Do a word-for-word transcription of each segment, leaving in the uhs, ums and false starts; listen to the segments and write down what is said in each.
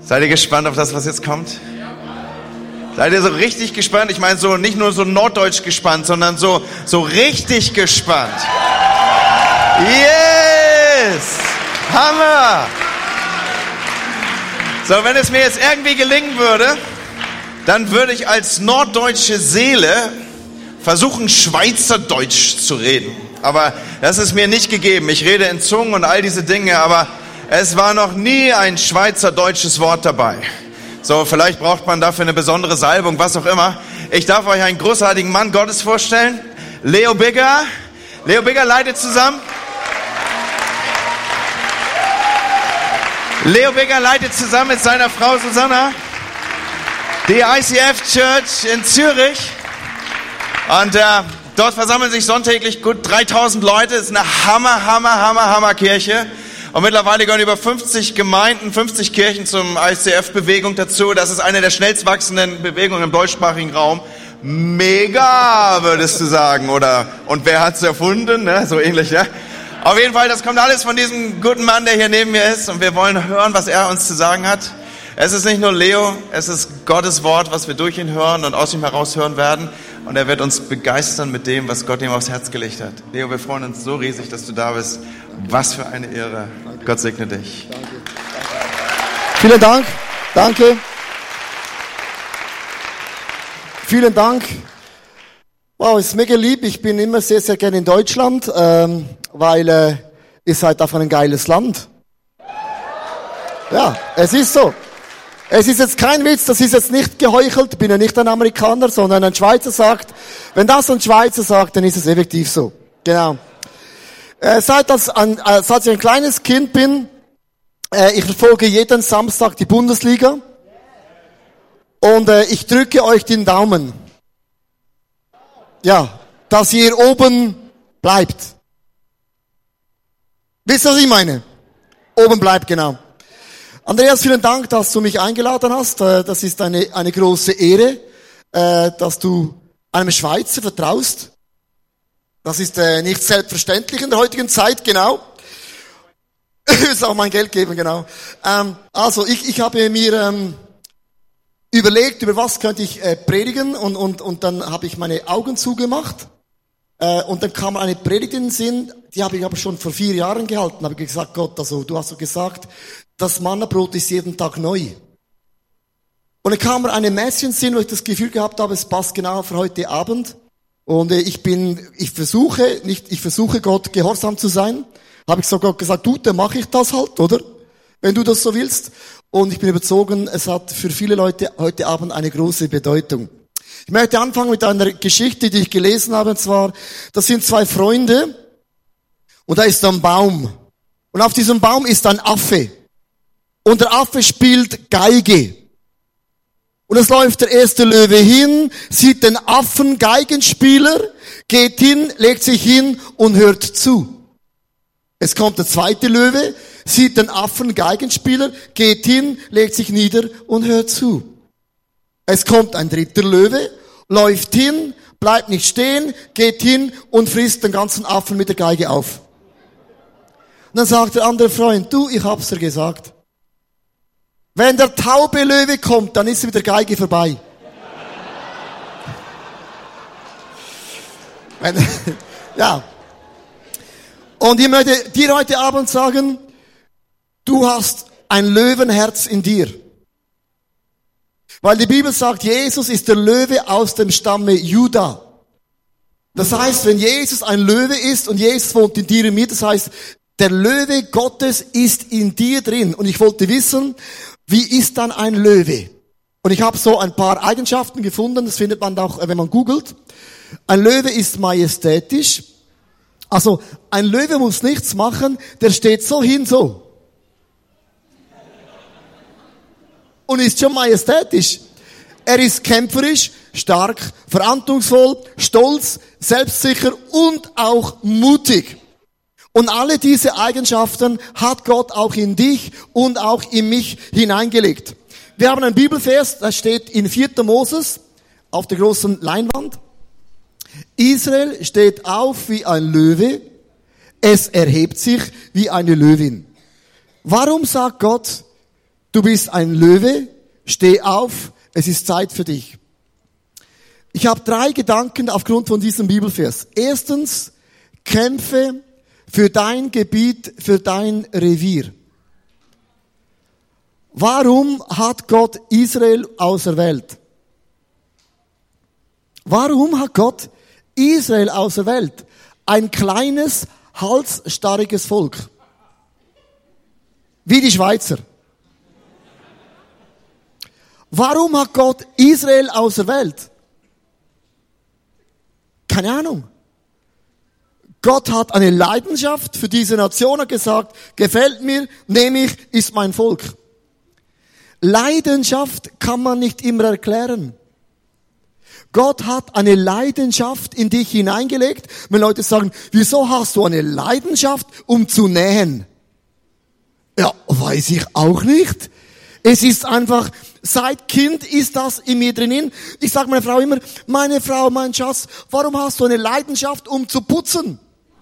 Seid ihr gespannt auf das, was jetzt kommt? Seid ihr so richtig gespannt? Ich meine, so nicht nur so norddeutsch gespannt, sondern so, so richtig gespannt. Yes! Hammer! So, wenn es mir jetzt irgendwie gelingen würde, dann würde ich als norddeutsche Seele versuchen, Schweizerdeutsch zu reden. Aber das ist mir nicht gegeben. Ich rede in Zungen und all diese Dinge, aber es war noch nie ein schweizerdeutsches Wort dabei. So, vielleicht braucht man dafür eine besondere Salbung, was auch immer. Ich darf euch einen großartigen Mann Gottes vorstellen. Leo Bigger. Leo Bigger leitet zusammen. Leo Bigger leitet zusammen mit seiner Frau Susanna die I C F Church in Zürich. Und äh, dort versammeln sich sonntäglich gut dreitausend Leute. Es ist eine Hammer, Hammer, Hammer, Hammer Kirche. Und mittlerweile gehören über fünfzig Gemeinden, fünfzig Kirchen zum I C F-Bewegung dazu. Das ist eine der schnellst wachsenden Bewegungen im deutschsprachigen Raum. Mega, würdest du sagen, oder? Und wer hat's erfunden? Ne? So ähnlich, ja? Auf jeden Fall, das kommt alles von diesem guten Mann, der hier neben mir ist. Und wir wollen hören, was er uns zu sagen hat. Es ist nicht nur Leo, es ist Gottes Wort, was wir durch ihn hören und aus ihm heraus hören werden. Und er wird uns begeistern mit dem, was Gott ihm aufs Herz gelegt hat. Leo, wir freuen uns so riesig, dass du da bist. Was für eine Ehre. Danke. Gott segne dich. Danke. Danke. Vielen Dank. Danke. Vielen Dank. Wow, ist mega lieb. Ich bin immer sehr, sehr gerne in Deutschland, ähm, weil äh, ihr seid einfach ein geiles Land. Ja, es ist so. Es ist jetzt kein Witz, das ist jetzt nicht geheuchelt. Ich bin ja nicht ein Amerikaner, sondern ein Schweizer sagt, wenn das ein Schweizer sagt, dann ist es effektiv so. Genau. Äh, seit, als, ein, äh, seit ich ein kleines Kind bin, äh, ich verfolge jeden Samstag die Bundesliga. Und äh, ich drücke euch den Daumen. Ja, dass ihr oben bleibt. Wisst ihr, was ich meine? Oben bleibt, genau. Andreas, vielen Dank, dass du mich eingeladen hast. Das ist eine, eine große Ehre, dass du einem Schweizer vertraust. Das ist nicht selbstverständlich in der heutigen Zeit, genau. Ich will auch mein Geld geben, genau. Also, ich, ich habe mir überlegt, über was könnte ich predigen, und, und, und dann habe ich meine Augen zugemacht. Und dann kam eine Predigt in den Sinn, die habe ich aber schon vor vier Jahren gehalten. Habe ich gesagt, Gott, also du hast so gesagt, das Mannabrot ist jeden Tag neu. Und dann kam mir eine Message in den Sinn, wo ich das Gefühl gehabt habe, es passt genau für heute Abend. Und ich bin, ich versuche, nicht, ich versuche Gott gehorsam zu sein. Habe ich so Gott gesagt, du, dann mache ich das halt, oder? Wenn du das so willst. Und ich bin überzeugt, es hat für viele Leute heute Abend eine große Bedeutung. Ich möchte anfangen mit einer Geschichte, die ich gelesen habe, und zwar, das sind zwei Freunde, und da ist ein Baum. Und auf diesem Baum ist ein Affe. Und der Affe spielt Geige. Und es läuft der erste Löwe hin, sieht den Affen Geigenspieler, geht hin, legt sich hin und hört zu. Es kommt der zweite Löwe, sieht den Affen Geigenspieler, geht hin, legt sich nieder und hört zu. Es kommt ein dritter Löwe, läuft hin, bleibt nicht stehen, geht hin und frisst den ganzen Affen mit der Geige auf. Und dann sagt der andere Freund, du, ich hab's dir gesagt. Wenn der taube Löwe kommt, dann ist er mit der Geige vorbei. Ja. Und ich möchte dir heute Abend sagen, du hast ein Löwenherz in dir. Weil die Bibel sagt, Jesus ist der Löwe aus dem Stamme Juda. Das heißt, wenn Jesus ein Löwe ist und Jesus wohnt in dir und mir, das heißt, der Löwe Gottes ist in dir drin. Und ich wollte wissen, wie ist dann ein Löwe? Und ich habe so ein paar Eigenschaften gefunden, das findet man auch, wenn man googelt. Ein Löwe ist majestätisch. Also, ein Löwe muss nichts machen, der steht so hin, so. Und ist schon majestätisch. Er ist kämpferisch, stark, verantwortungsvoll, stolz, selbstsicher und auch mutig. Und alle diese Eigenschaften hat Gott auch in dich und auch in mich hineingelegt. Wir haben einen Bibelvers, das steht in vierter Moses auf der großen Leinwand. Israel steht auf wie ein Löwe, es erhebt sich wie eine Löwin. Warum sagt Gott, Du bist ein Löwe, steh auf, es ist Zeit für dich. Ich habe drei Gedanken aufgrund von diesem Bibelvers. Erstens, kämpfe für dein Gebiet, für dein Revier. Warum hat Gott Israel auserwählt? Warum hat Gott Israel auserwählt? Ein kleines, halsstarriges Volk. Wie die Schweizer. Warum hat Gott Israel auserwählt? Keine Ahnung. Gott hat eine Leidenschaft für diese Nation und gesagt, gefällt mir, nehme ich, ist mein Volk. Leidenschaft kann man nicht immer erklären. Gott hat eine Leidenschaft in dich hineingelegt. Wenn Leute sagen, wieso hast du eine Leidenschaft, um zu nähen? Ja, weiß ich auch nicht. Es ist einfach, seit Kind ist das in mir drinnen. Ich sage meiner Frau immer, meine Frau, mein Schatz, warum hast du eine Leidenschaft, um zu putzen?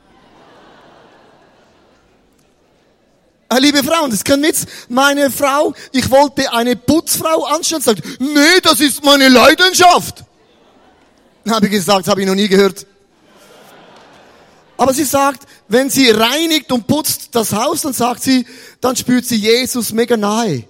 Liebe Frauen, das ist kein Witz. Meine Frau, ich wollte eine Putzfrau anstellen, sagt, nee, das ist meine Leidenschaft. Dann habe ich gesagt, das habe ich noch nie gehört. Aber sie sagt, wenn sie reinigt und putzt das Haus, dann sagt sie, dann spürt sie Jesus mega nahe.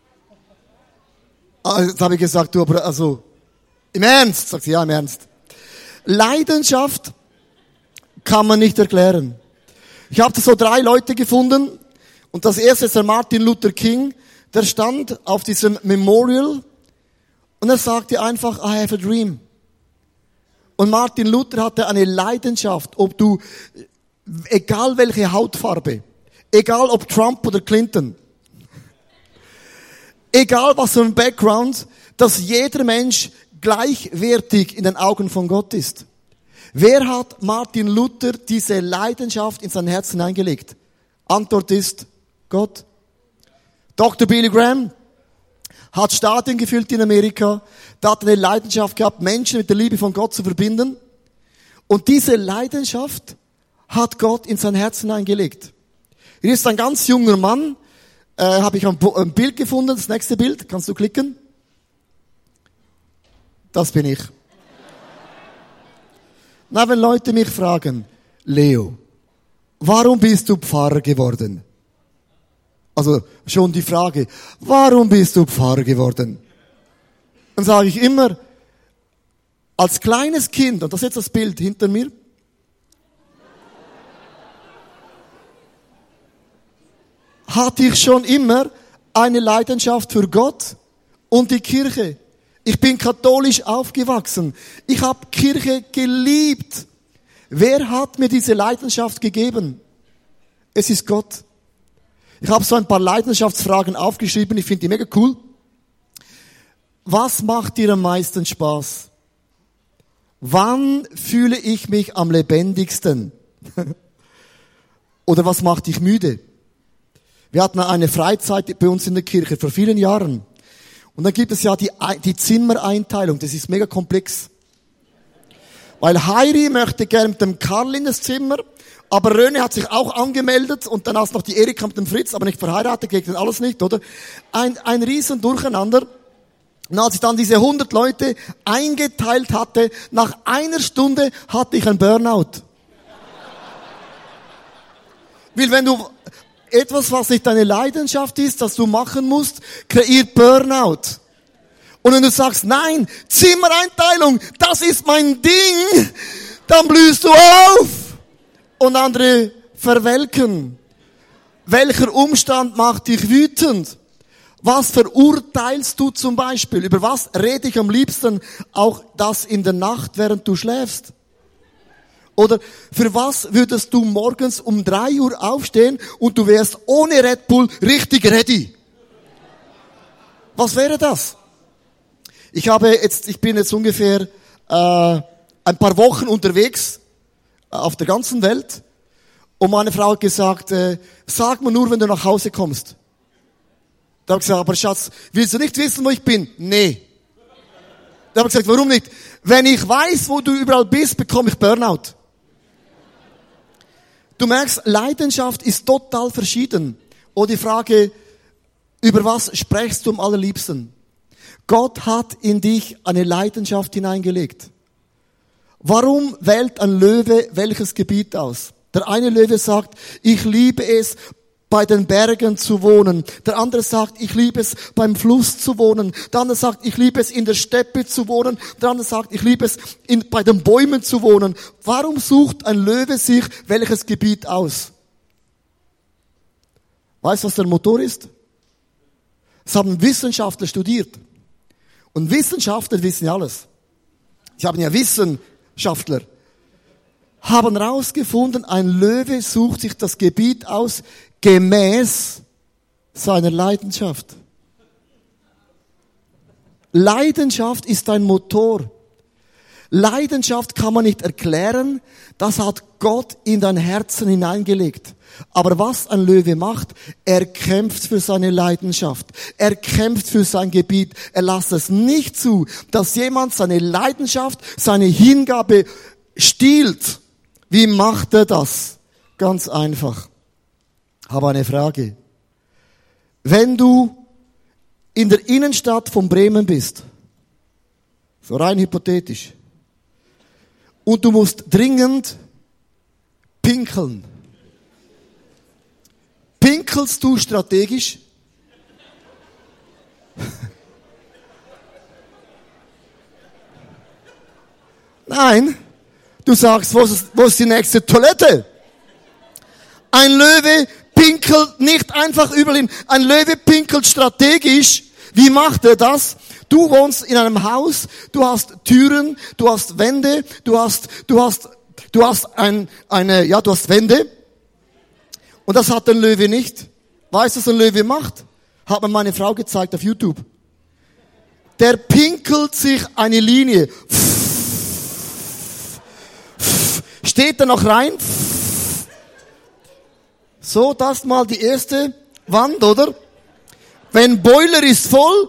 Jetzt habe ich gesagt, du, aber also, im Ernst? Sagt sie, ja, im Ernst. Leidenschaft kann man nicht erklären. Ich habe so drei Leute gefunden. Und das erste ist der Martin Luther King. Der stand auf diesem Memorial. Und er sagte einfach, I have a dream. Und Martin Luther hatte eine Leidenschaft, ob du, egal welche Hautfarbe, egal ob Trump oder Clinton, egal was für ein Background, dass jeder Mensch gleichwertig in den Augen von Gott ist. Wer hat Martin Luther diese Leidenschaft in sein Herz hineingelegt? Antwort ist Gott. Doktor Billy Graham hat Stadien gefüllt in Amerika, der hat eine Leidenschaft gehabt, Menschen mit der Liebe von Gott zu verbinden. Und diese Leidenschaft hat Gott in sein Herz hineingelegt. Hier ist ein ganz junger Mann, äh, habe ich ein, ein Bild gefunden, das nächste Bild, kannst du klicken? Das bin ich. Na, wenn Leute mich fragen, Leo, warum bist du Pfarrer geworden? Also schon die Frage, warum bist du Pfarrer geworden? Dann sage ich immer, als kleines Kind, und das ist jetzt das Bild hinter mir, hatte ich schon immer eine Leidenschaft für Gott und die Kirche. Ich bin katholisch aufgewachsen. Ich habe Kirche geliebt. Wer hat mir diese Leidenschaft gegeben? Es ist Gott. Ich habe so ein paar Leidenschaftsfragen aufgeschrieben. Ich finde die mega cool. Was macht dir am meisten Spaß? Wann fühle ich mich am lebendigsten? Oder was macht dich müde? Wir hatten eine Freizeit bei uns in der Kirche vor vielen Jahren. Und dann gibt es ja die, die Zimmereinteilung. Das ist mega komplex. Weil Heiri möchte gerne mit dem Karl in das Zimmer, aber Röne hat sich auch angemeldet und dann hast noch die Erika mit dem Fritz, aber nicht verheiratet, geht das alles nicht, oder? Ein, ein riesen Durcheinander. Und als ich dann diese hundert Leute eingeteilt hatte, nach einer Stunde hatte ich einen Burnout. Weil wenn du etwas, was nicht deine Leidenschaft ist, das du machen musst, kreiert Burnout. Und wenn du sagst, nein, Zimmereinteilung, das ist mein Ding, dann blühst du auf. Und andere verwelken. Welcher Umstand macht dich wütend? Was verurteilst du zum Beispiel? Über was rede ich am liebsten? Auch das in der Nacht, während du schläfst. Oder für was würdest du morgens um drei Uhr aufstehen und du wärst ohne Red Bull richtig ready? Was wäre das? Ich habe jetzt, ich bin jetzt ungefähr äh, ein paar Wochen unterwegs äh, auf der ganzen Welt und meine Frau hat gesagt, äh, sag mir nur, wenn du nach Hause kommst. Da habe ich gesagt, aber Schatz, willst du nicht wissen, wo ich bin? Nee. Da habe ich gesagt, warum nicht? Wenn ich weiß, wo du überall bist, bekomme ich Burnout. Du merkst, Leidenschaft ist total verschieden. Oder die Frage, Über was sprichst du am allerliebsten? Gott hat in dich eine Leidenschaft hineingelegt. Warum wählt ein Löwe welches Gebiet aus? Der eine Löwe sagt, ich liebe es, bei den Bergen zu wohnen. Der andere sagt, ich liebe es, beim Fluss zu wohnen. Der andere sagt, ich liebe es, in der Steppe zu wohnen. Der andere sagt, ich liebe es, in, bei den Bäumen zu wohnen. Warum sucht ein Löwe sich welches Gebiet aus? Weißt du, was der Motor ist? Das haben Wissenschaftler studiert. Und Wissenschaftler wissen ja alles. Sie haben ja Wissenschaftler. Haben herausgefunden, ein Löwe sucht sich das Gebiet aus, gemäß seiner Leidenschaft. Leidenschaft ist ein Motor. Leidenschaft kann man nicht erklären, das hat Gott in dein Herzen hineingelegt. Aber was ein Löwe macht, er kämpft für seine Leidenschaft. Er kämpft für sein Gebiet. Er lässt es nicht zu, dass jemand seine Leidenschaft, seine Hingabe stiehlt. Wie macht er das? Ganz einfach. Habe eine Frage. Wenn du in der Innenstadt von Bremen bist, so rein hypothetisch, und du musst dringend pinkeln, pinkelst du strategisch? Nein. Du sagst, wo ist, wo ist die nächste Toilette? Ein Löwe pinkelt nicht einfach überall hin. Ein Löwe pinkelt strategisch. Wie macht er das? Du wohnst in einem Haus, du hast Türen, du hast Wände, du hast, du hast, du hast ein, eine, ja, du hast Wände. Und das hat ein Löwe nicht. Weißt du, was ein Löwe macht? Hat mir meine Frau gezeigt auf YouTube. Der pinkelt sich eine Linie. Steht da noch rein? So, das mal die erste Wand, oder? Wenn Boiler ist voll,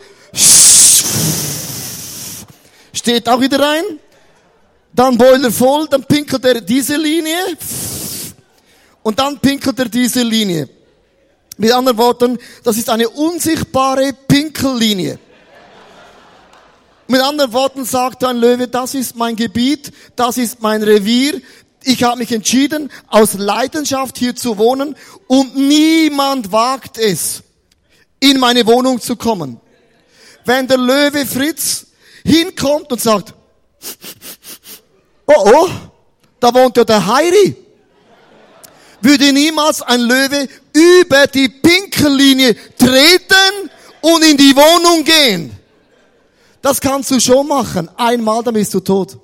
steht auch wieder rein. Dann Boiler voll, dann pinkelt er diese Linie. Und dann pinkelt er diese Linie. Mit anderen Worten, das ist eine unsichtbare Pinkellinie. Mit anderen Worten sagt ein Löwe, das ist mein Gebiet, das ist mein Revier. Ich habe mich entschieden, aus Leidenschaft hier zu wohnen und niemand wagt es, in meine Wohnung zu kommen. Wenn der Löwe Fritz hinkommt und sagt, oh oh, da wohnt ja der Heiri, würde niemals ein Löwe über die Pinkellinie treten und in die Wohnung gehen. Das kannst du schon machen. Einmal, dann bist du tot.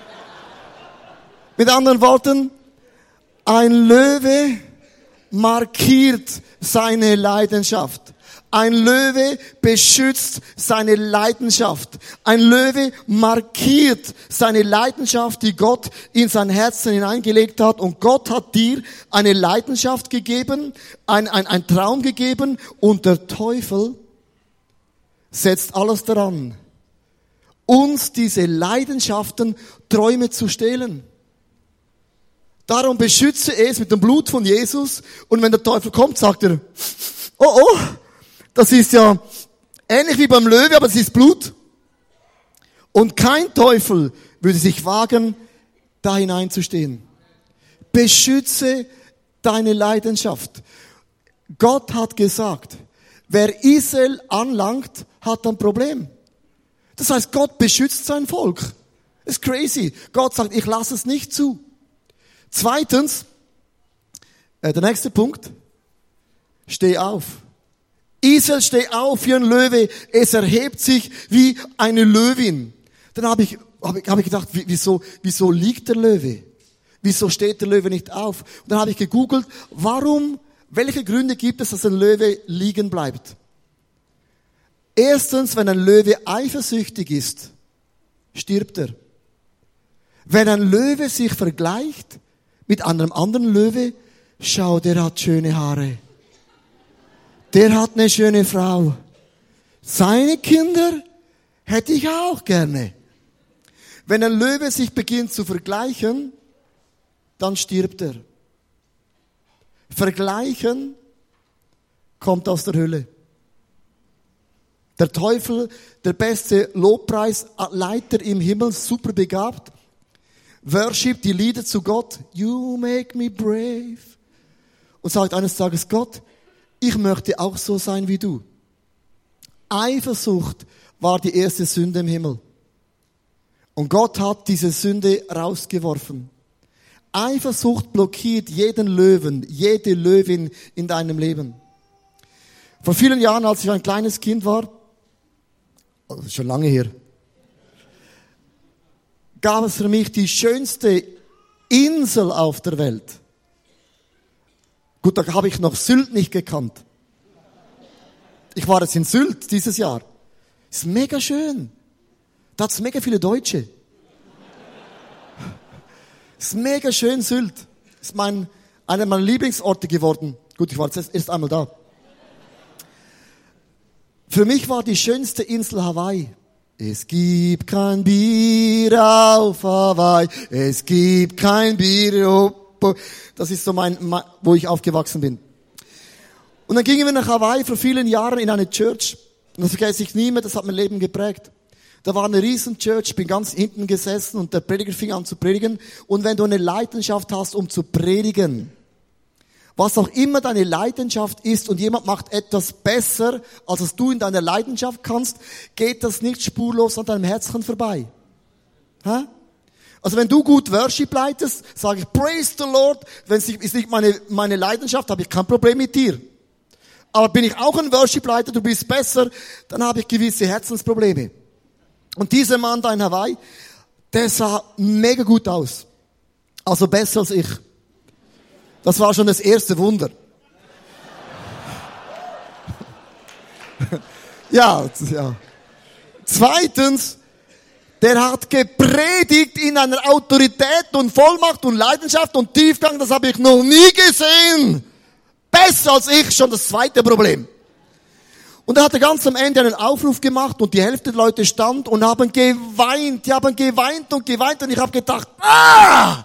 Mit anderen Worten, ein Löwe markiert seine Leidenschaft. Ein Löwe beschützt seine Leidenschaft. Ein Löwe markiert seine Leidenschaft, die Gott in sein Herzen hineingelegt hat. Und Gott hat dir eine Leidenschaft gegeben, ein, ein, ein Traum gegeben. Und der Teufel setzt alles daran, uns diese Leidenschaften, Träume zu stehlen. Darum beschütze es mit dem Blut von Jesus. Und wenn der Teufel kommt, sagt er, oh oh, das ist ja ähnlich wie beim Löwe, aber es ist Blut. Und kein Teufel würde sich wagen, da hineinzustehen. Beschütze deine Leidenschaft. Gott hat gesagt, wer Israel anlangt, hat ein Problem. Das heißt, Gott beschützt sein Volk. Das ist crazy. Gott sagt, ich lasse es nicht zu. Zweitens, äh, der nächste Punkt, steh auf. Israel, steh auf wie ein Löwe. Es erhebt sich wie eine Löwin. Dann habe ich, hab ich, hab ich gedacht, wieso, wieso liegt der Löwe? Wieso steht der Löwe nicht auf? Und dann habe ich gegoogelt, warum, welche Gründe gibt es, dass ein Löwe liegen bleibt? Erstens, wenn ein Löwe eifersüchtig ist, stirbt er. Wenn ein Löwe sich vergleicht mit einem anderen Löwe, schau, der hat schöne Haare. Der hat eine schöne Frau. Seine Kinder hätte ich auch gerne. Wenn ein Löwe sich beginnt zu vergleichen, dann stirbt er. Vergleichen kommt aus der Hölle. Der Teufel, der beste Lobpreisleiter im Himmel, super begabt. Worship, die Lieder zu Gott. You make me brave. Und sagt eines Tages, Gott, ich möchte auch so sein wie du. Eifersucht war die erste Sünde im Himmel. Und Gott hat diese Sünde rausgeworfen. Eifersucht blockiert jeden Löwen, jede Löwin in deinem Leben. Vor vielen Jahren, als ich ein kleines Kind war, also schon lange her, gab es für mich die schönste Insel auf der Welt. Gut, da habe ich noch Sylt nicht gekannt. Ich war jetzt in Sylt dieses Jahr. Ist mega schön. Da hat es mega viele Deutsche. Ist mega schön, Sylt. Ist mein, einer meiner Lieblingsorte geworden. Gut, ich war jetzt erst einmal da. Für mich war die schönste Insel Hawaii. Es gibt kein Bier auf Hawaii. Es gibt kein Bier. Das ist so mein, wo ich aufgewachsen bin. Und dann gingen wir nach Hawaii vor vielen Jahren in eine Church. Und das vergesse ich nie mehr, das hat mein Leben geprägt. Da war eine riesen Church, ich bin ganz hinten gesessen und der Prediger fing an zu predigen. Und wenn du eine Leidenschaft hast, um zu predigen, was auch immer deine Leidenschaft ist und jemand macht etwas besser, als es du in deiner Leidenschaft kannst, geht das nicht spurlos an deinem Herzen vorbei. Hä? Also wenn du gut Worship leitest, sage ich, praise the Lord. Wenn es ist nicht meine, meine Leidenschaft, habe ich kein Problem mit dir. Aber bin ich auch ein Worship-Leiter, du bist besser, dann habe ich gewisse Herzensprobleme. Und dieser Mann da in Hawaii, der sah mega gut aus. Also besser als ich. Das war schon das erste Wunder. ja, ja. Zweitens, der hat gepredigt in einer Autorität und Vollmacht und Leidenschaft und Tiefgang, das habe ich noch nie gesehen. Besser als ich, schon das zweite Problem. Und er hatte ganz am Ende einen Aufruf gemacht und die Hälfte der Leute stand und haben geweint. Die haben geweint und geweint und ich habe gedacht, ah!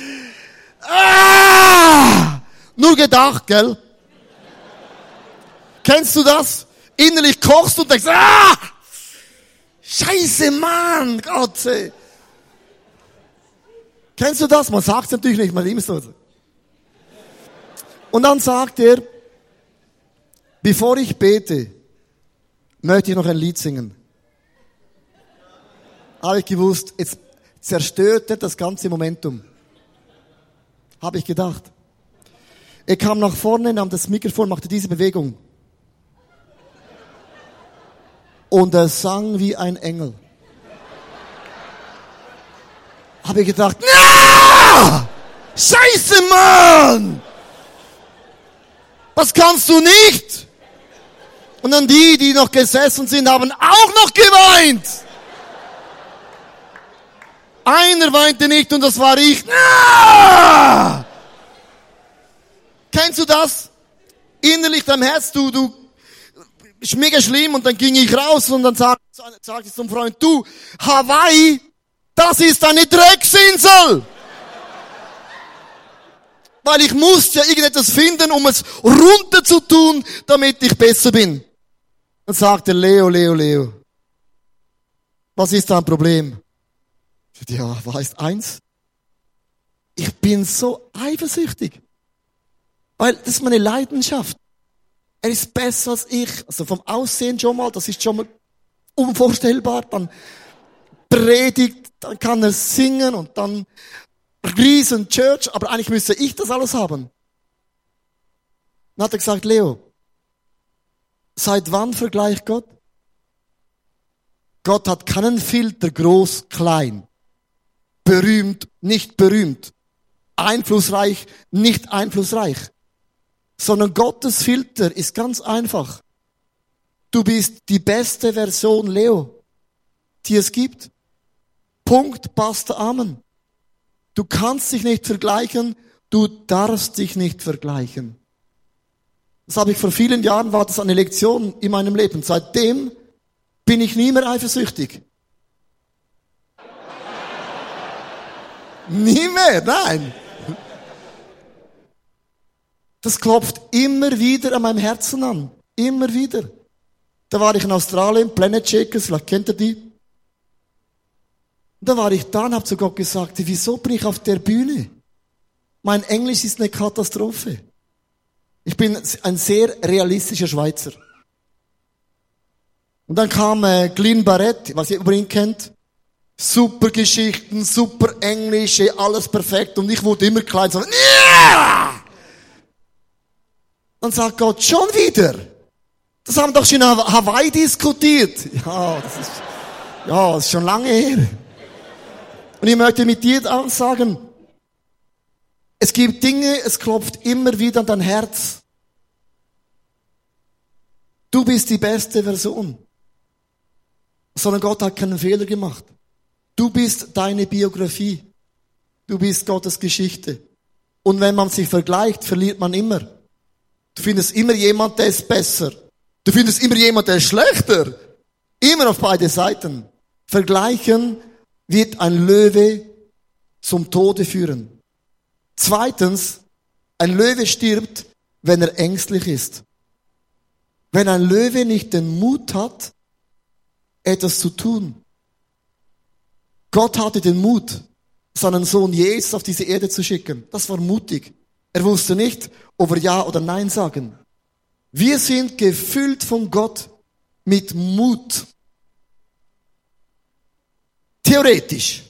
Ah! Nur gedacht, gell? Kennst du das? Innerlich kochst du und denkst, ah! Scheiße, Mann, Gott. Kennst du das? Man sagt es natürlich nicht, man liebt es. Und dann sagt er, bevor ich bete, möchte ich noch ein Lied singen. Habe ich gewusst, jetzt zerstört er das ganze Momentum. Habe ich gedacht. Er kam nach vorne, nahm das Mikrofon, machte diese Bewegung. Und er sang wie ein Engel. Habe ich gedacht, na! Scheiße, Mann! Das kannst du nicht! Und dann die, die noch gesessen sind, haben auch noch geweint! Einer weinte nicht und das war ich. Ah! Kennst du das? Innerlich dein Herz, du, du, ist mega schlimm und dann ging ich raus und dann sagte sag ich zum Freund, du, Hawaii, das ist eine Drecksinsel! Weil ich muss ja irgendetwas finden, um es runter zu tun, damit ich besser bin. Dann sagte Leo, Leo, Leo, was ist dein Problem? Ja, weißt eins? Ich bin so eifersüchtig. Weil das ist meine Leidenschaft. Er ist besser als ich. Also vom Aussehen schon mal, das ist schon mal unvorstellbar. Dann predigt, dann kann er singen und dann riesen Church. Aber eigentlich müsste ich das alles haben. Dann hat er gesagt, Leo, seit wann vergleicht Gott? Gott hat keinen Filter, groß, klein. Berühmt, nicht berühmt. Einflussreich, nicht einflussreich. Sondern Gottes Filter ist ganz einfach. Du bist die beste Version Leo, die es gibt. Punkt, basta, Amen. Du kannst dich nicht vergleichen, du darfst dich nicht vergleichen. Das habe ich vor vielen Jahren, war das eine Lektion in meinem Leben. Seitdem bin ich nie mehr eifersüchtig. Nie mehr, nein. Das klopft immer wieder an meinem Herzen an. Immer wieder. Da war ich in Australien, Planet Shakers, vielleicht kennt ihr die. Und da war ich da und habe zu Gott gesagt, wieso bin ich auf der Bühne? Mein Englisch ist eine Katastrophe. Ich bin ein sehr realistischer Schweizer. Und dann kam äh, Glyn Barrett, was ihr über ihn kennt. Super Geschichten, super Englisch, alles perfekt. Und ich wurde immer klein, so, yeah! Dann sagt Gott, schon wieder? Das haben wir doch schon in Hawaii diskutiert. Ja, das ist, ja, das ist schon lange her. Und ich möchte mit dir auch sagen, es gibt Dinge, es klopft immer wieder an dein Herz. Du bist die beste Version. Sondern Gott hat keinen Fehler gemacht. Du bist deine Biografie. Du bist Gottes Geschichte. Und wenn man sich vergleicht, verliert man immer. Du findest immer jemand, der ist besser. Du findest immer jemand, der ist schlechter. Immer auf beide Seiten. Vergleichen wird ein Löwe zum Tode führen. Zweitens, ein Löwe stirbt, wenn er ängstlich ist. Wenn ein Löwe nicht den Mut hat, etwas zu tun. Gott hatte den Mut, seinen Sohn Jesus auf diese Erde zu schicken. Das war mutig. Er wusste nicht, ob er Ja oder Nein sagen. Wir sind gefüllt von Gott mit Mut. Theoretisch.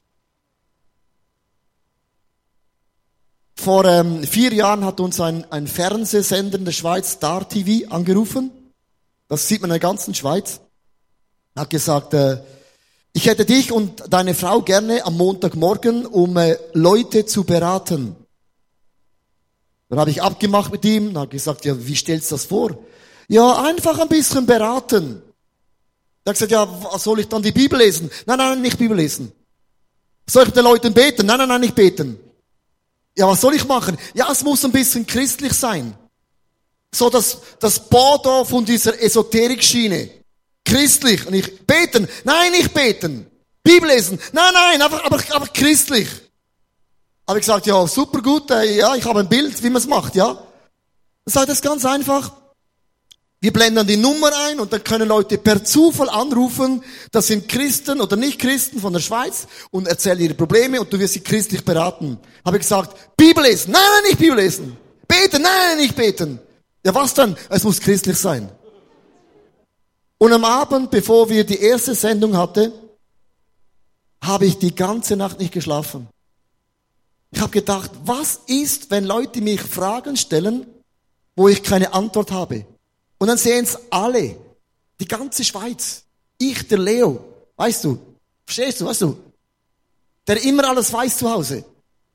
Vor ähm, vier Jahren hat uns ein, ein Fernsehsender in der Schweiz, Star T V, angerufen. Das sieht man in der ganzen Schweiz. Er hat gesagt, äh, ich hätte dich und deine Frau gerne am Montagmorgen, um äh, Leute zu beraten. Dann habe ich abgemacht mit ihm und habe gesagt, ja, wie stellst du das vor? Ja, einfach ein bisschen beraten. Er hat gesagt, ja, was soll ich dann die Bibel lesen? Nein, nein, nicht Bibel lesen. Soll ich den Leuten beten? Nein, nein, nein, nicht beten. Ja, was soll ich machen? Ja, es muss ein bisschen christlich sein. So das, das Bordeaux von dieser Esoterik-Schiene. Christlich. Und ich, beten? Nein, nicht beten. Bibel lesen? Nein, nein, einfach, aber, aber christlich. Habe ich gesagt, ja, super gut, äh, ja, ich habe ein Bild, wie man es macht, ja. Das heißt, das ist ganz einfach. Wir blenden die Nummer ein und dann können Leute per Zufall anrufen, das sind Christen oder Nicht-Christen von der Schweiz und erzählen ihre Probleme und du wirst sie christlich beraten. Habe ich gesagt, Bibel lesen? Nein, nein, nicht Bibel lesen. Beten? Nein, nicht beten. Ja, was dann? Es muss christlich sein. Und am Abend, bevor wir die erste Sendung hatten, habe ich die ganze Nacht nicht geschlafen. Ich habe gedacht, was ist, wenn Leute mich Fragen stellen, wo ich keine Antwort habe? Und dann sehen es alle, die ganze Schweiz. Ich, der Leo, weißt du, verstehst du, weißt du, der immer alles weiß zu Hause.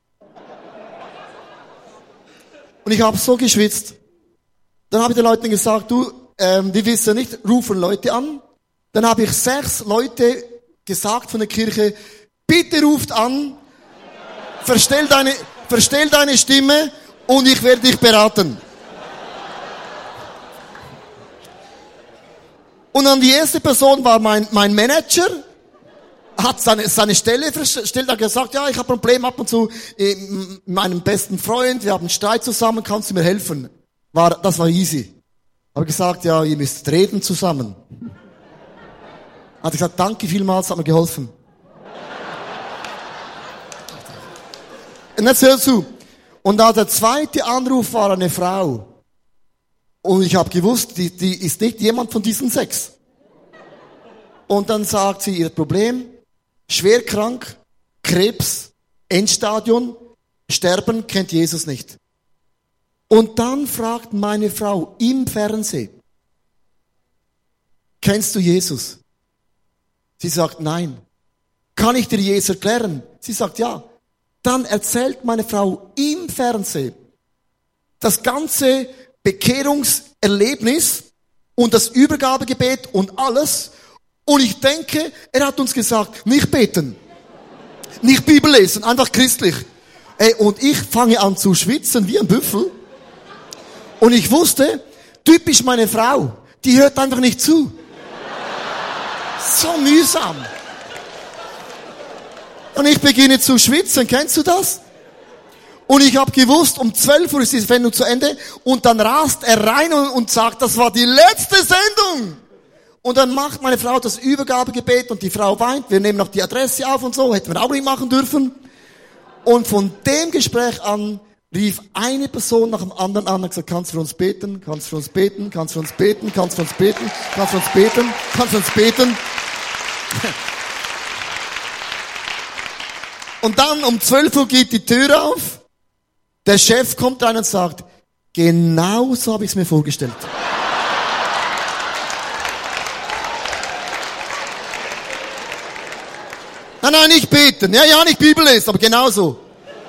Und ich habe so geschwitzt. Dann habe ich den Leuten gesagt, du, ähm, wir wissen nicht, rufen Leute an. Dann habe ich sechs Leute gesagt von der Kirche, bitte ruft an, verstell deine, verstell deine Stimme und ich werde dich beraten. Und dann die erste Person war mein, mein Manager, hat seine, seine Stelle verstellt, hat gesagt, ja, ich habe ein Problem ab und zu mit meinem besten Freund, wir haben einen Streit zusammen, kannst du mir helfen? War, das war easy. Habe gesagt, ja, ihr müsst reden zusammen. Hat gesagt, danke vielmals, hat mir geholfen. Und jetzt hör zu. Und da der zweite Anruf war eine Frau. Und ich habe gewusst, die, die ist nicht jemand von diesen sechs. Und dann sagt sie ihr Problem, schwer krank, Krebs, Endstadion, Sterben kennt Jesus nicht. Und dann fragt meine Frau im Fernsehen, kennst du Jesus? Sie sagt nein. Kann ich dir Jesus erklären? Sie sagt ja. Dann erzählt meine Frau im Fernsehen das ganze Bekehrungserlebnis und das Übergabegebet und alles. Und ich denke, er hat uns gesagt, nicht beten, nicht Bibel lesen, einfach christlich. Ey, und ich fange an zu schwitzen wie ein Büffel. Und ich wusste, typisch meine Frau, die hört einfach nicht zu. So mühsam. Und ich beginne zu schwitzen, kennst du das? Und ich habe gewusst, um zwölf Uhr ist die Sendung zu Ende und dann rast er rein und, und sagt, das war die letzte Sendung. Und dann macht meine Frau das Übergabegebet und die Frau weint. Wir nehmen noch die Adresse auf und so. Hätten wir auch nicht machen dürfen. Und von dem Gespräch an rief eine Person nach dem anderen an und gesagt, kannst du für uns beten, kannst du für uns beten, kannst du für uns beten, kannst du für uns beten, kannst du für uns beten, kannst du für uns beten. Und dann um zwölf Uhr geht die Tür auf. Der Chef kommt rein und sagt, genau so habe ich es mir vorgestellt. Nein, nein, nicht beten. Ja, ja, nicht Bibel lesen, aber genauso.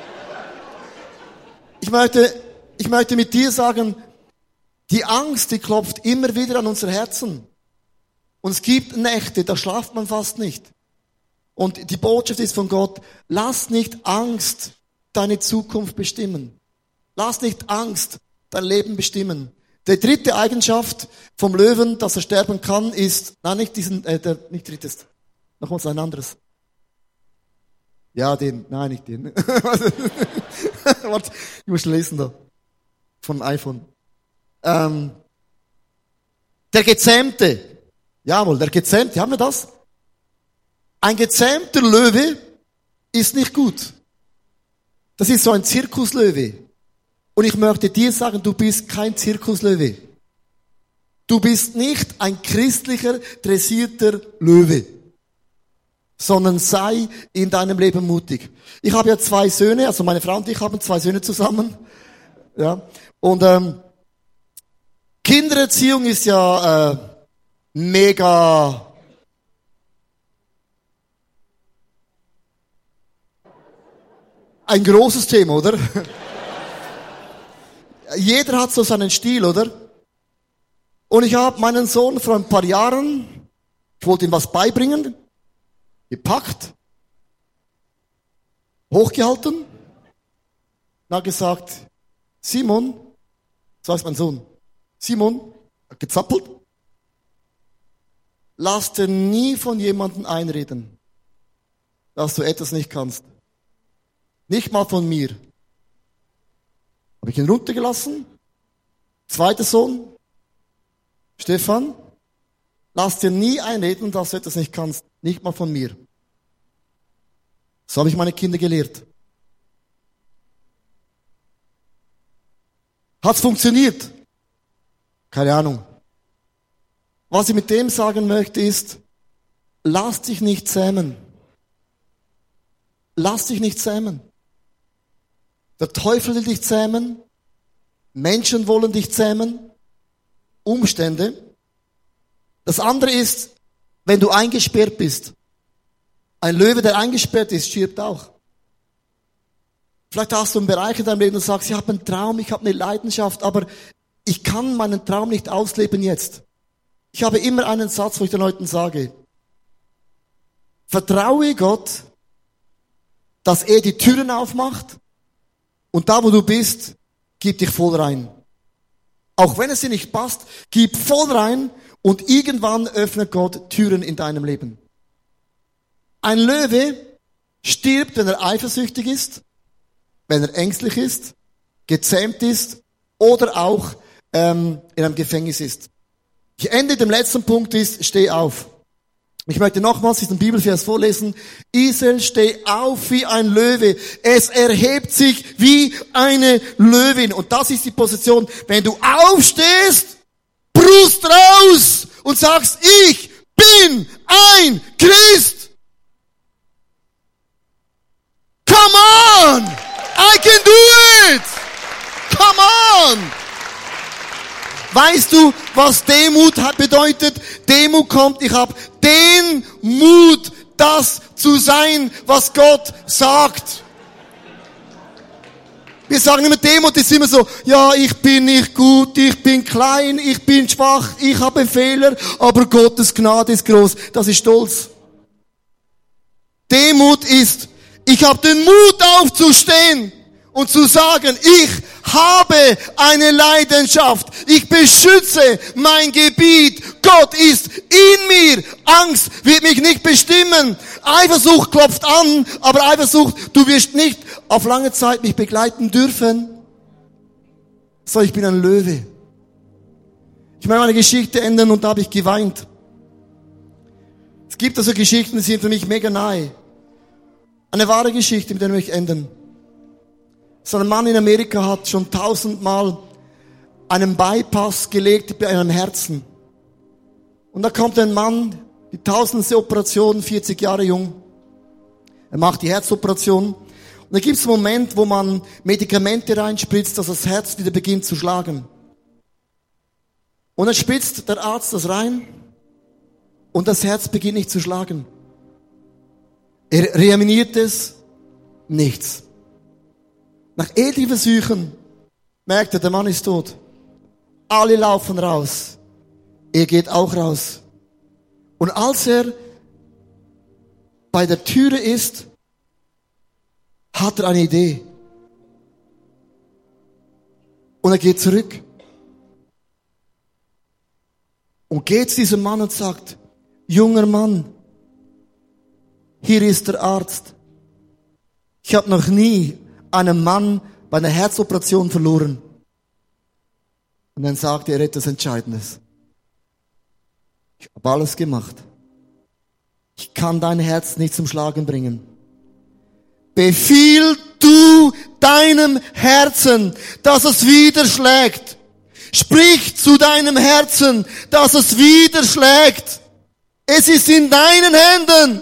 Ich möchte, ich möchte mit dir sagen, die Angst, die klopft immer wieder an unser Herzen. Und es gibt Nächte, da schlaft man fast nicht. Und die Botschaft ist von Gott, lass nicht Angst deine Zukunft bestimmen. Lass nicht Angst dein Leben bestimmen. Die dritte Eigenschaft vom Löwen, dass er sterben kann, ist, nein, nicht diesen, äh, der, nicht drittes, nochmals ein anderes. Ja, den, nein, nicht den. Warte, ich muss lesen da. Vom iPhone. Ähm, der Gezähmte. Jawohl, der Gezähmte, haben wir das? Ein gezähmter Löwe ist nicht gut. Das ist so ein Zirkuslöwe. Und ich möchte dir sagen, du bist kein Zirkuslöwe. Du bist nicht ein christlicher, dressierter Löwe. Sondern sei in deinem Leben mutig. Ich habe ja zwei Söhne, also meine Frau und ich haben zwei Söhne zusammen. Ja. Und ähm, Kindererziehung ist ja äh, mega ein großes Thema, oder? Jeder hat so seinen Stil, oder? Und ich habe meinen Sohn vor ein paar Jahren, ich wollte ihm was beibringen, gepackt, hochgehalten, und hat gesagt, Simon, so heißt mein Sohn, Simon, hat gezappelt, lass dir nie von jemandem einreden, dass du etwas nicht kannst. Nicht mal von mir. Habe ich ihn runtergelassen. Zweiter Sohn, Stefan, lass dir nie einreden, dass du etwas nicht kannst. Nicht mal von mir. So habe ich meine Kinder gelehrt. Hat's funktioniert? Keine Ahnung. Was ich mit dem sagen möchte ist, lass dich nicht zähmen. Lass dich nicht zähmen. Der Teufel will dich zähmen. Menschen wollen dich zähmen. Umstände. Das andere ist, wenn du eingesperrt bist. Ein Löwe, der eingesperrt ist, stirbt auch. Vielleicht hast du einen Bereich in deinem Leben und sagst, ich habe einen Traum, ich habe eine Leidenschaft, aber ich kann meinen Traum nicht ausleben jetzt. Ich habe immer einen Satz, wo ich den Leuten sage, vertraue Gott, dass er die Türen aufmacht und da, wo du bist, gib dich voll rein. Auch wenn es dir nicht passt, gib voll rein und irgendwann öffnet Gott Türen in deinem Leben. Ein Löwe stirbt, wenn er eifersüchtig ist, wenn er ängstlich ist, gezähmt ist oder auch ähm, in einem Gefängnis ist. Ich ende dem letzten Punkt ist, steh auf. Ich möchte nochmals diesen Bibelvers vorlesen. Israel, steh auf wie ein Löwe. Es erhebt sich wie eine Löwin. Und das ist die Position. Wenn du aufstehst, Brust raus und sagst, ich bin ein Christ. Come on! I can do it! Come on! Weißt du, was Demut bedeutet? Demut kommt, ich habe den Mut, das zu sein, was Gott sagt. Wir sagen immer, Demut ist immer so, ja, ich bin nicht gut, ich bin klein, ich bin schwach, ich habe Fehler, aber Gottes Gnade ist groß. Das ist Stolz. Demut ist, ich habe den Mut aufzustehen und zu sagen, ich habe eine Leidenschaft. Ich beschütze mein Gebiet. Gott ist in mir. Angst wird mich nicht bestimmen. Eifersucht klopft an, aber Eifersucht, du wirst nicht auf lange Zeit mich begleiten dürfen. So, ich bin ein Löwe. Ich möchte meine Geschichte ändern und da habe ich geweint. gibt also Geschichten, die sind für mich mega nahe. Eine wahre Geschichte, mit der möchte ich enden. So ein Mann in Amerika hat schon tausendmal einen Bypass gelegt bei einem Herzen. Und da kommt ein Mann, die tausendste Operation, vierzig Jahre jung. Er macht die Herzoperation. Und da gibt es einen Moment, wo man Medikamente reinspritzt, dass das Herz wieder beginnt zu schlagen. Und dann spritzt der Arzt das rein und das Herz beginnt nicht zu schlagen. Er reanimiert es, nichts. Nach etlichen Versuchen merkt er, der Mann ist tot. Alle laufen raus. Er geht auch raus. Und als er bei der Türe ist, hat er eine Idee. Und er geht zurück. Und geht zu diesem Mann und sagt, junger Mann, hier ist der Arzt. Ich habe noch nie einen Mann bei einer Herzoperation verloren. Und dann sagt er etwas Entscheidendes. Ich habe alles gemacht. Ich kann dein Herz nicht zum Schlagen bringen. Befiehl du deinem Herzen, dass es wieder schlägt. Sprich zu deinem Herzen, dass es wieder schlägt. Es ist in deinen Händen.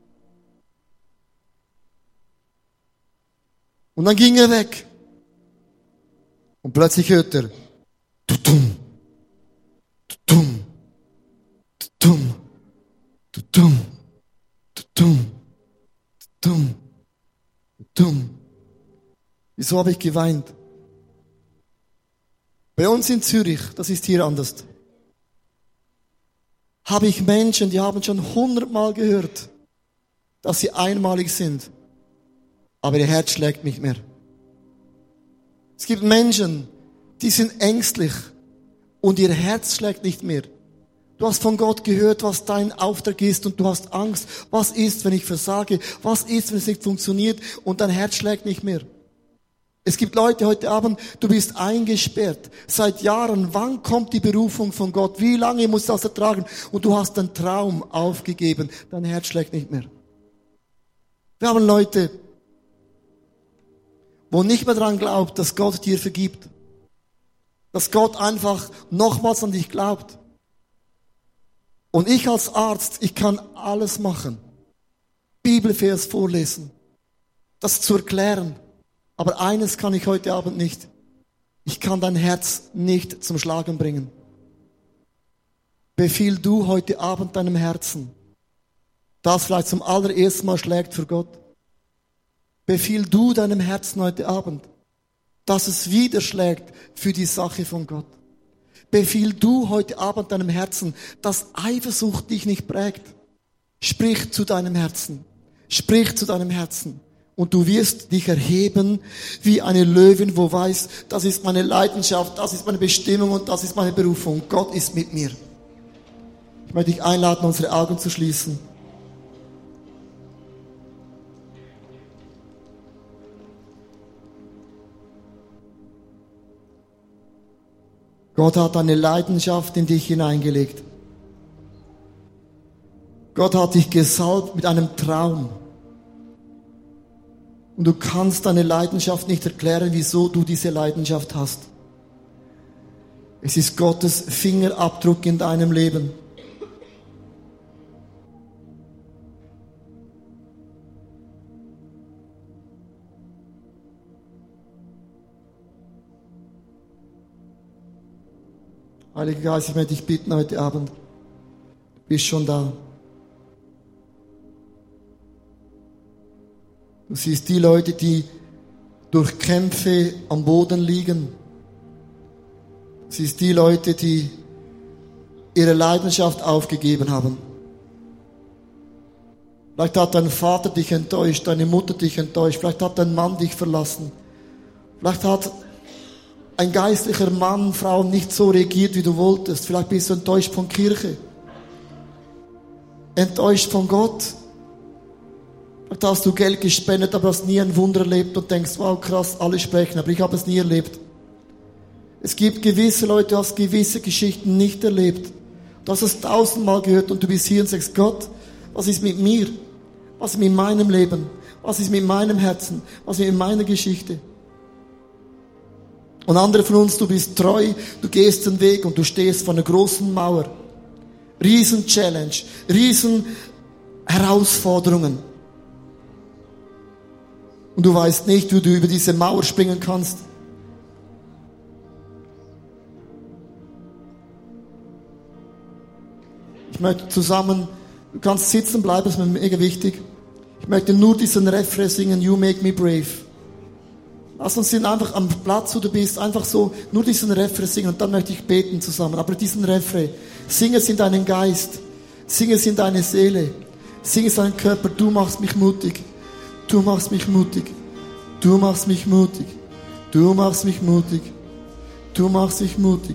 Und dann ging er weg. Und plötzlich hört er, tutum, tutum, tutum, tutum, tutum, tutum, tutum. Wieso habe ich geweint? Bei uns in Zürich, das ist hier anders, habe ich Menschen, die haben schon hundertmal gehört, dass sie einmalig sind, aber ihr Herz schlägt nicht mehr. Es gibt Menschen, die sind ängstlich und ihr Herz schlägt nicht mehr. Du hast von Gott gehört, was dein Auftrag ist und du hast Angst. Was ist, wenn ich versage? Was ist, wenn es nicht funktioniert und dein Herz schlägt nicht mehr? Es gibt Leute heute Abend, du bist eingesperrt. Seit Jahren, wann kommt die Berufung von Gott? Wie lange musst du das ertragen? Und du hast den Traum aufgegeben. Dein Herz schlägt nicht mehr. Wir haben Leute, wo nicht mehr daran glaubt, dass Gott dir vergibt. Dass Gott einfach nochmals an dich glaubt. Und ich als Arzt, ich kann alles machen. Bibelvers vorlesen. Das zu erklären. Aber eines kann ich heute Abend nicht. Ich kann dein Herz nicht zum Schlagen bringen. Befiehl du heute Abend deinem Herzen, das vielleicht zum allerersten Mal schlägt für Gott. Befiehl du deinem Herzen heute Abend, dass es wieder schlägt für die Sache von Gott. Befiehl du heute Abend deinem Herzen, dass Eifersucht dich nicht prägt. Sprich zu deinem Herzen. Sprich zu deinem Herzen. Und du wirst dich erheben wie eine Löwin, wo weiß, das ist meine Leidenschaft, das ist meine Bestimmung und das ist meine Berufung. Gott ist mit mir. Ich möchte dich einladen, unsere Augen zu schließen. Gott hat eine Leidenschaft in dich hineingelegt. Gott hat dich gesalbt mit einem Traum. Und du kannst deine Leidenschaft nicht erklären, wieso du diese Leidenschaft hast. Es ist Gottes Fingerabdruck in deinem Leben. Heiliger Geist, ich möchte dich bitten heute Abend. Du bist schon da. Du siehst die Leute, die durch Kämpfe am Boden liegen. Du siehst die Leute, die ihre Leidenschaft aufgegeben haben. Vielleicht hat dein Vater dich enttäuscht, deine Mutter dich enttäuscht, vielleicht hat dein Mann dich verlassen. Vielleicht hat ein geistlicher Mann, Frau nicht so reagiert, wie du wolltest. Vielleicht bist du enttäuscht von Kirche. Enttäuscht von Gott. Vielleicht hast du Geld gespendet, aber hast nie ein Wunder erlebt und denkst, wow, krass, alle sprechen, aber ich habe es nie erlebt. Es gibt gewisse Leute, du hast gewisse Geschichten nicht erlebt. Du hast es tausendmal gehört und du bist hier und sagst, Gott, Was ist mit mir? Was ist mit meinem Leben? Was ist mit meinem Herzen? Was ist mit meiner Geschichte? Und andere von uns, du bist treu, du gehst den Weg und du stehst vor einer großen Mauer. Riesen Challenge, riesen Herausforderungen. Und du weißt nicht, wie du über diese Mauer springen kannst. Ich möchte zusammen, du kannst sitzen bleiben, das ist mir mega wichtig. Ich möchte nur diesen Refrain singen, You Make Me Brave. Lass uns den einfach am Platz, wo du bist, einfach so nur diesen Refrain singen und dann möchte ich beten zusammen. Aber diesen Refrain, sing es in deinen Geist, sing es in deine Seele, sing es in deinen Körper. Du machst mich mutig, du machst mich mutig, du machst mich mutig, du machst mich mutig, du machst mich mutig.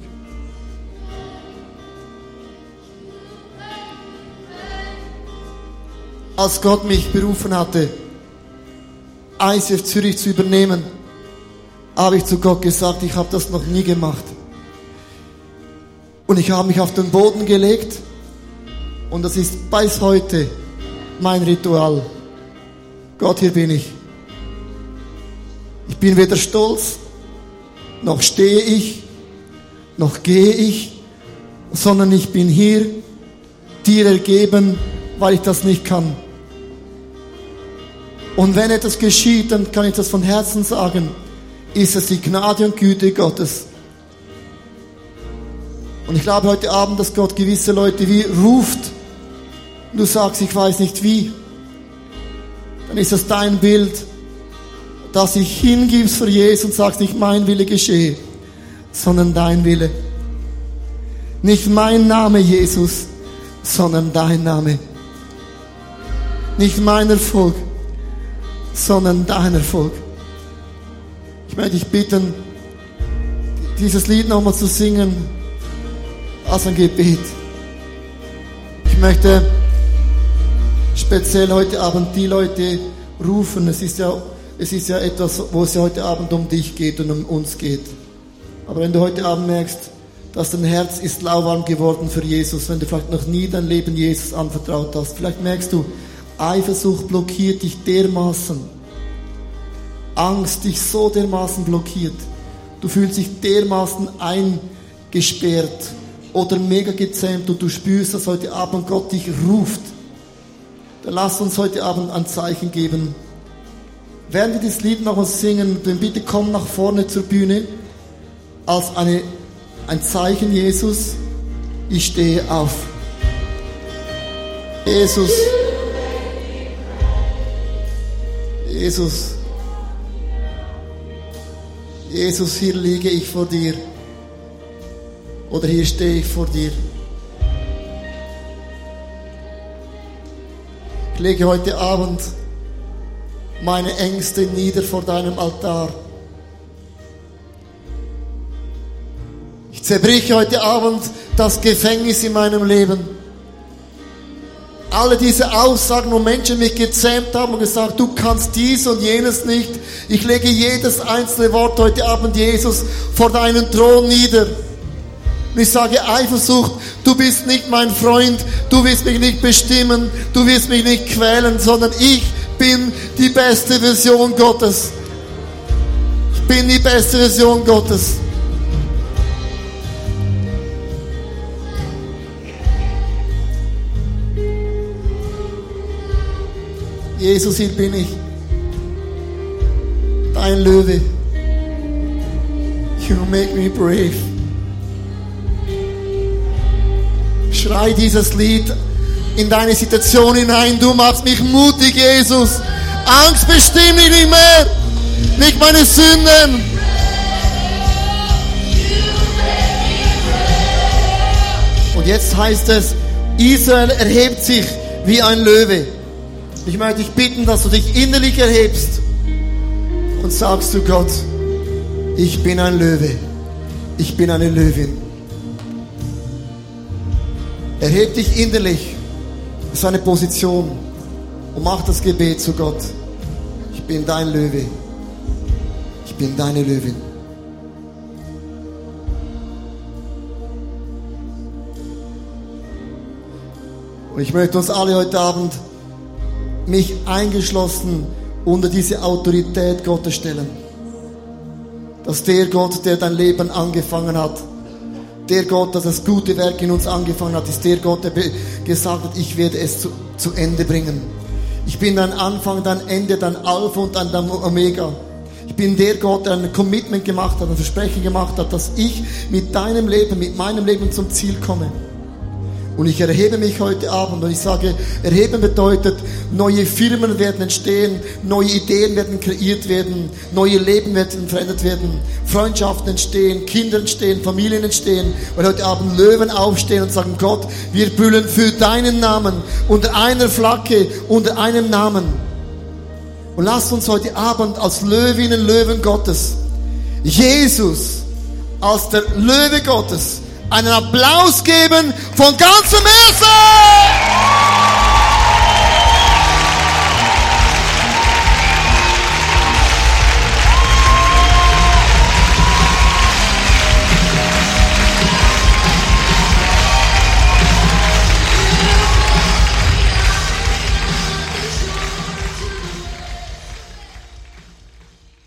Als Gott mich berufen hatte, I C F Zürich zu übernehmen, habe ich zu Gott gesagt, ich habe das noch nie gemacht. Und ich habe mich auf den Boden gelegt und das ist bis heute mein Ritual. Gott, hier bin ich. Ich bin weder stolz, noch stehe ich, noch gehe ich, sondern ich bin hier, dir ergeben, weil ich das nicht kann. Und wenn etwas geschieht, dann kann ich das von Herzen sagen, ist es die Gnade und Güte Gottes. Und ich glaube heute Abend, dass Gott gewisse Leute wie ruft. Und du sagst, ich weiß nicht wie. Dann ist das dein Bild, dass dich hingibst für Jesus und sagst, nicht mein Wille geschehe, sondern dein Wille. Nicht mein Name, Jesus, sondern dein Name. Nicht mein Erfolg, sondern dein Erfolg. Ich möchte dich bitten, dieses Lied nochmal zu singen als ein Gebet. Ich möchte speziell heute Abend die Leute rufen. Es ist ja, es ist ja etwas, wo es ja heute Abend um dich geht und um uns geht. Aber wenn du heute Abend merkst, dass dein Herz ist lauwarm geworden für Jesus, wenn du vielleicht noch nie dein Leben Jesus anvertraut hast, vielleicht merkst du, Eifersucht blockiert dich dermaßen. Angst dich so dermaßen blockiert. Du fühlst dich dermaßen eingesperrt oder mega gezähmt und du spürst, dass heute Abend Gott dich ruft. Dann lass uns heute Abend ein Zeichen geben. Während wir das Lied noch mal singen, dann bitte komm nach vorne zur Bühne als eine, ein Zeichen, Jesus, ich stehe auf. Jesus, Jesus, Jesus, hier liege ich vor dir. Oder hier stehe ich vor dir. Ich lege heute Abend meine Ängste nieder vor deinem Altar. Ich zerbrich heute Abend das Gefängnis in meinem Leben. Alle diese Aussagen, wo Menschen mich gezähmt haben und gesagt, du kannst dies und jenes nicht. Ich lege jedes einzelne Wort heute Abend, Jesus, vor deinen Thron nieder. Und ich sage, Eifersucht, du bist nicht mein Freund, du wirst mich nicht bestimmen, du wirst mich nicht quälen, sondern ich bin die beste Version Gottes. Ich bin die beste Version Gottes. Jesus, hier bin ich, dein Löwe. You make me brave. Schrei dieses Lied in deine Situation hinein. Du machst mich mutig, Jesus. Angst bestimmt mich nicht mehr, nicht meine Sünden. Und jetzt heißt es, Israel erhebt sich wie ein Löwe. Ich möchte dich bitten, dass du dich innerlich erhebst und sagst zu Gott, ich bin ein Löwe, ich bin eine Löwin. Erheb dich innerlich, das ist eine Position und mach das Gebet zu Gott. Ich bin dein Löwe, ich bin deine Löwin. Und ich möchte uns alle heute Abend, mich eingeschlossen, unter diese Autorität Gottes stellen. Dass der Gott, der dein Leben angefangen hat, der Gott, der das gute Werk in uns angefangen hat, ist der Gott, der gesagt hat, ich werde es zu, zu Ende bringen. Ich bin dein Anfang, dein Ende, dein Alpha und dein Omega. Ich bin der Gott, der ein Commitment gemacht hat, ein Versprechen gemacht hat, dass ich mit deinem Leben, mit meinem Leben zum Ziel komme. Und ich erhebe mich heute Abend und ich sage, erheben bedeutet, neue Firmen werden entstehen, neue Ideen werden kreiert werden, neue Leben werden verändert werden, Freundschaften entstehen, Kinder entstehen, Familien entstehen, weil heute Abend Löwen aufstehen und sagen, Gott, wir brüllen für deinen Namen, unter einer Flagge, unter einem Namen. Und lasst uns heute Abend als Löwinnen, Löwen Gottes, Jesus als der Löwe Gottes, einen Applaus geben von ganzem Herzen!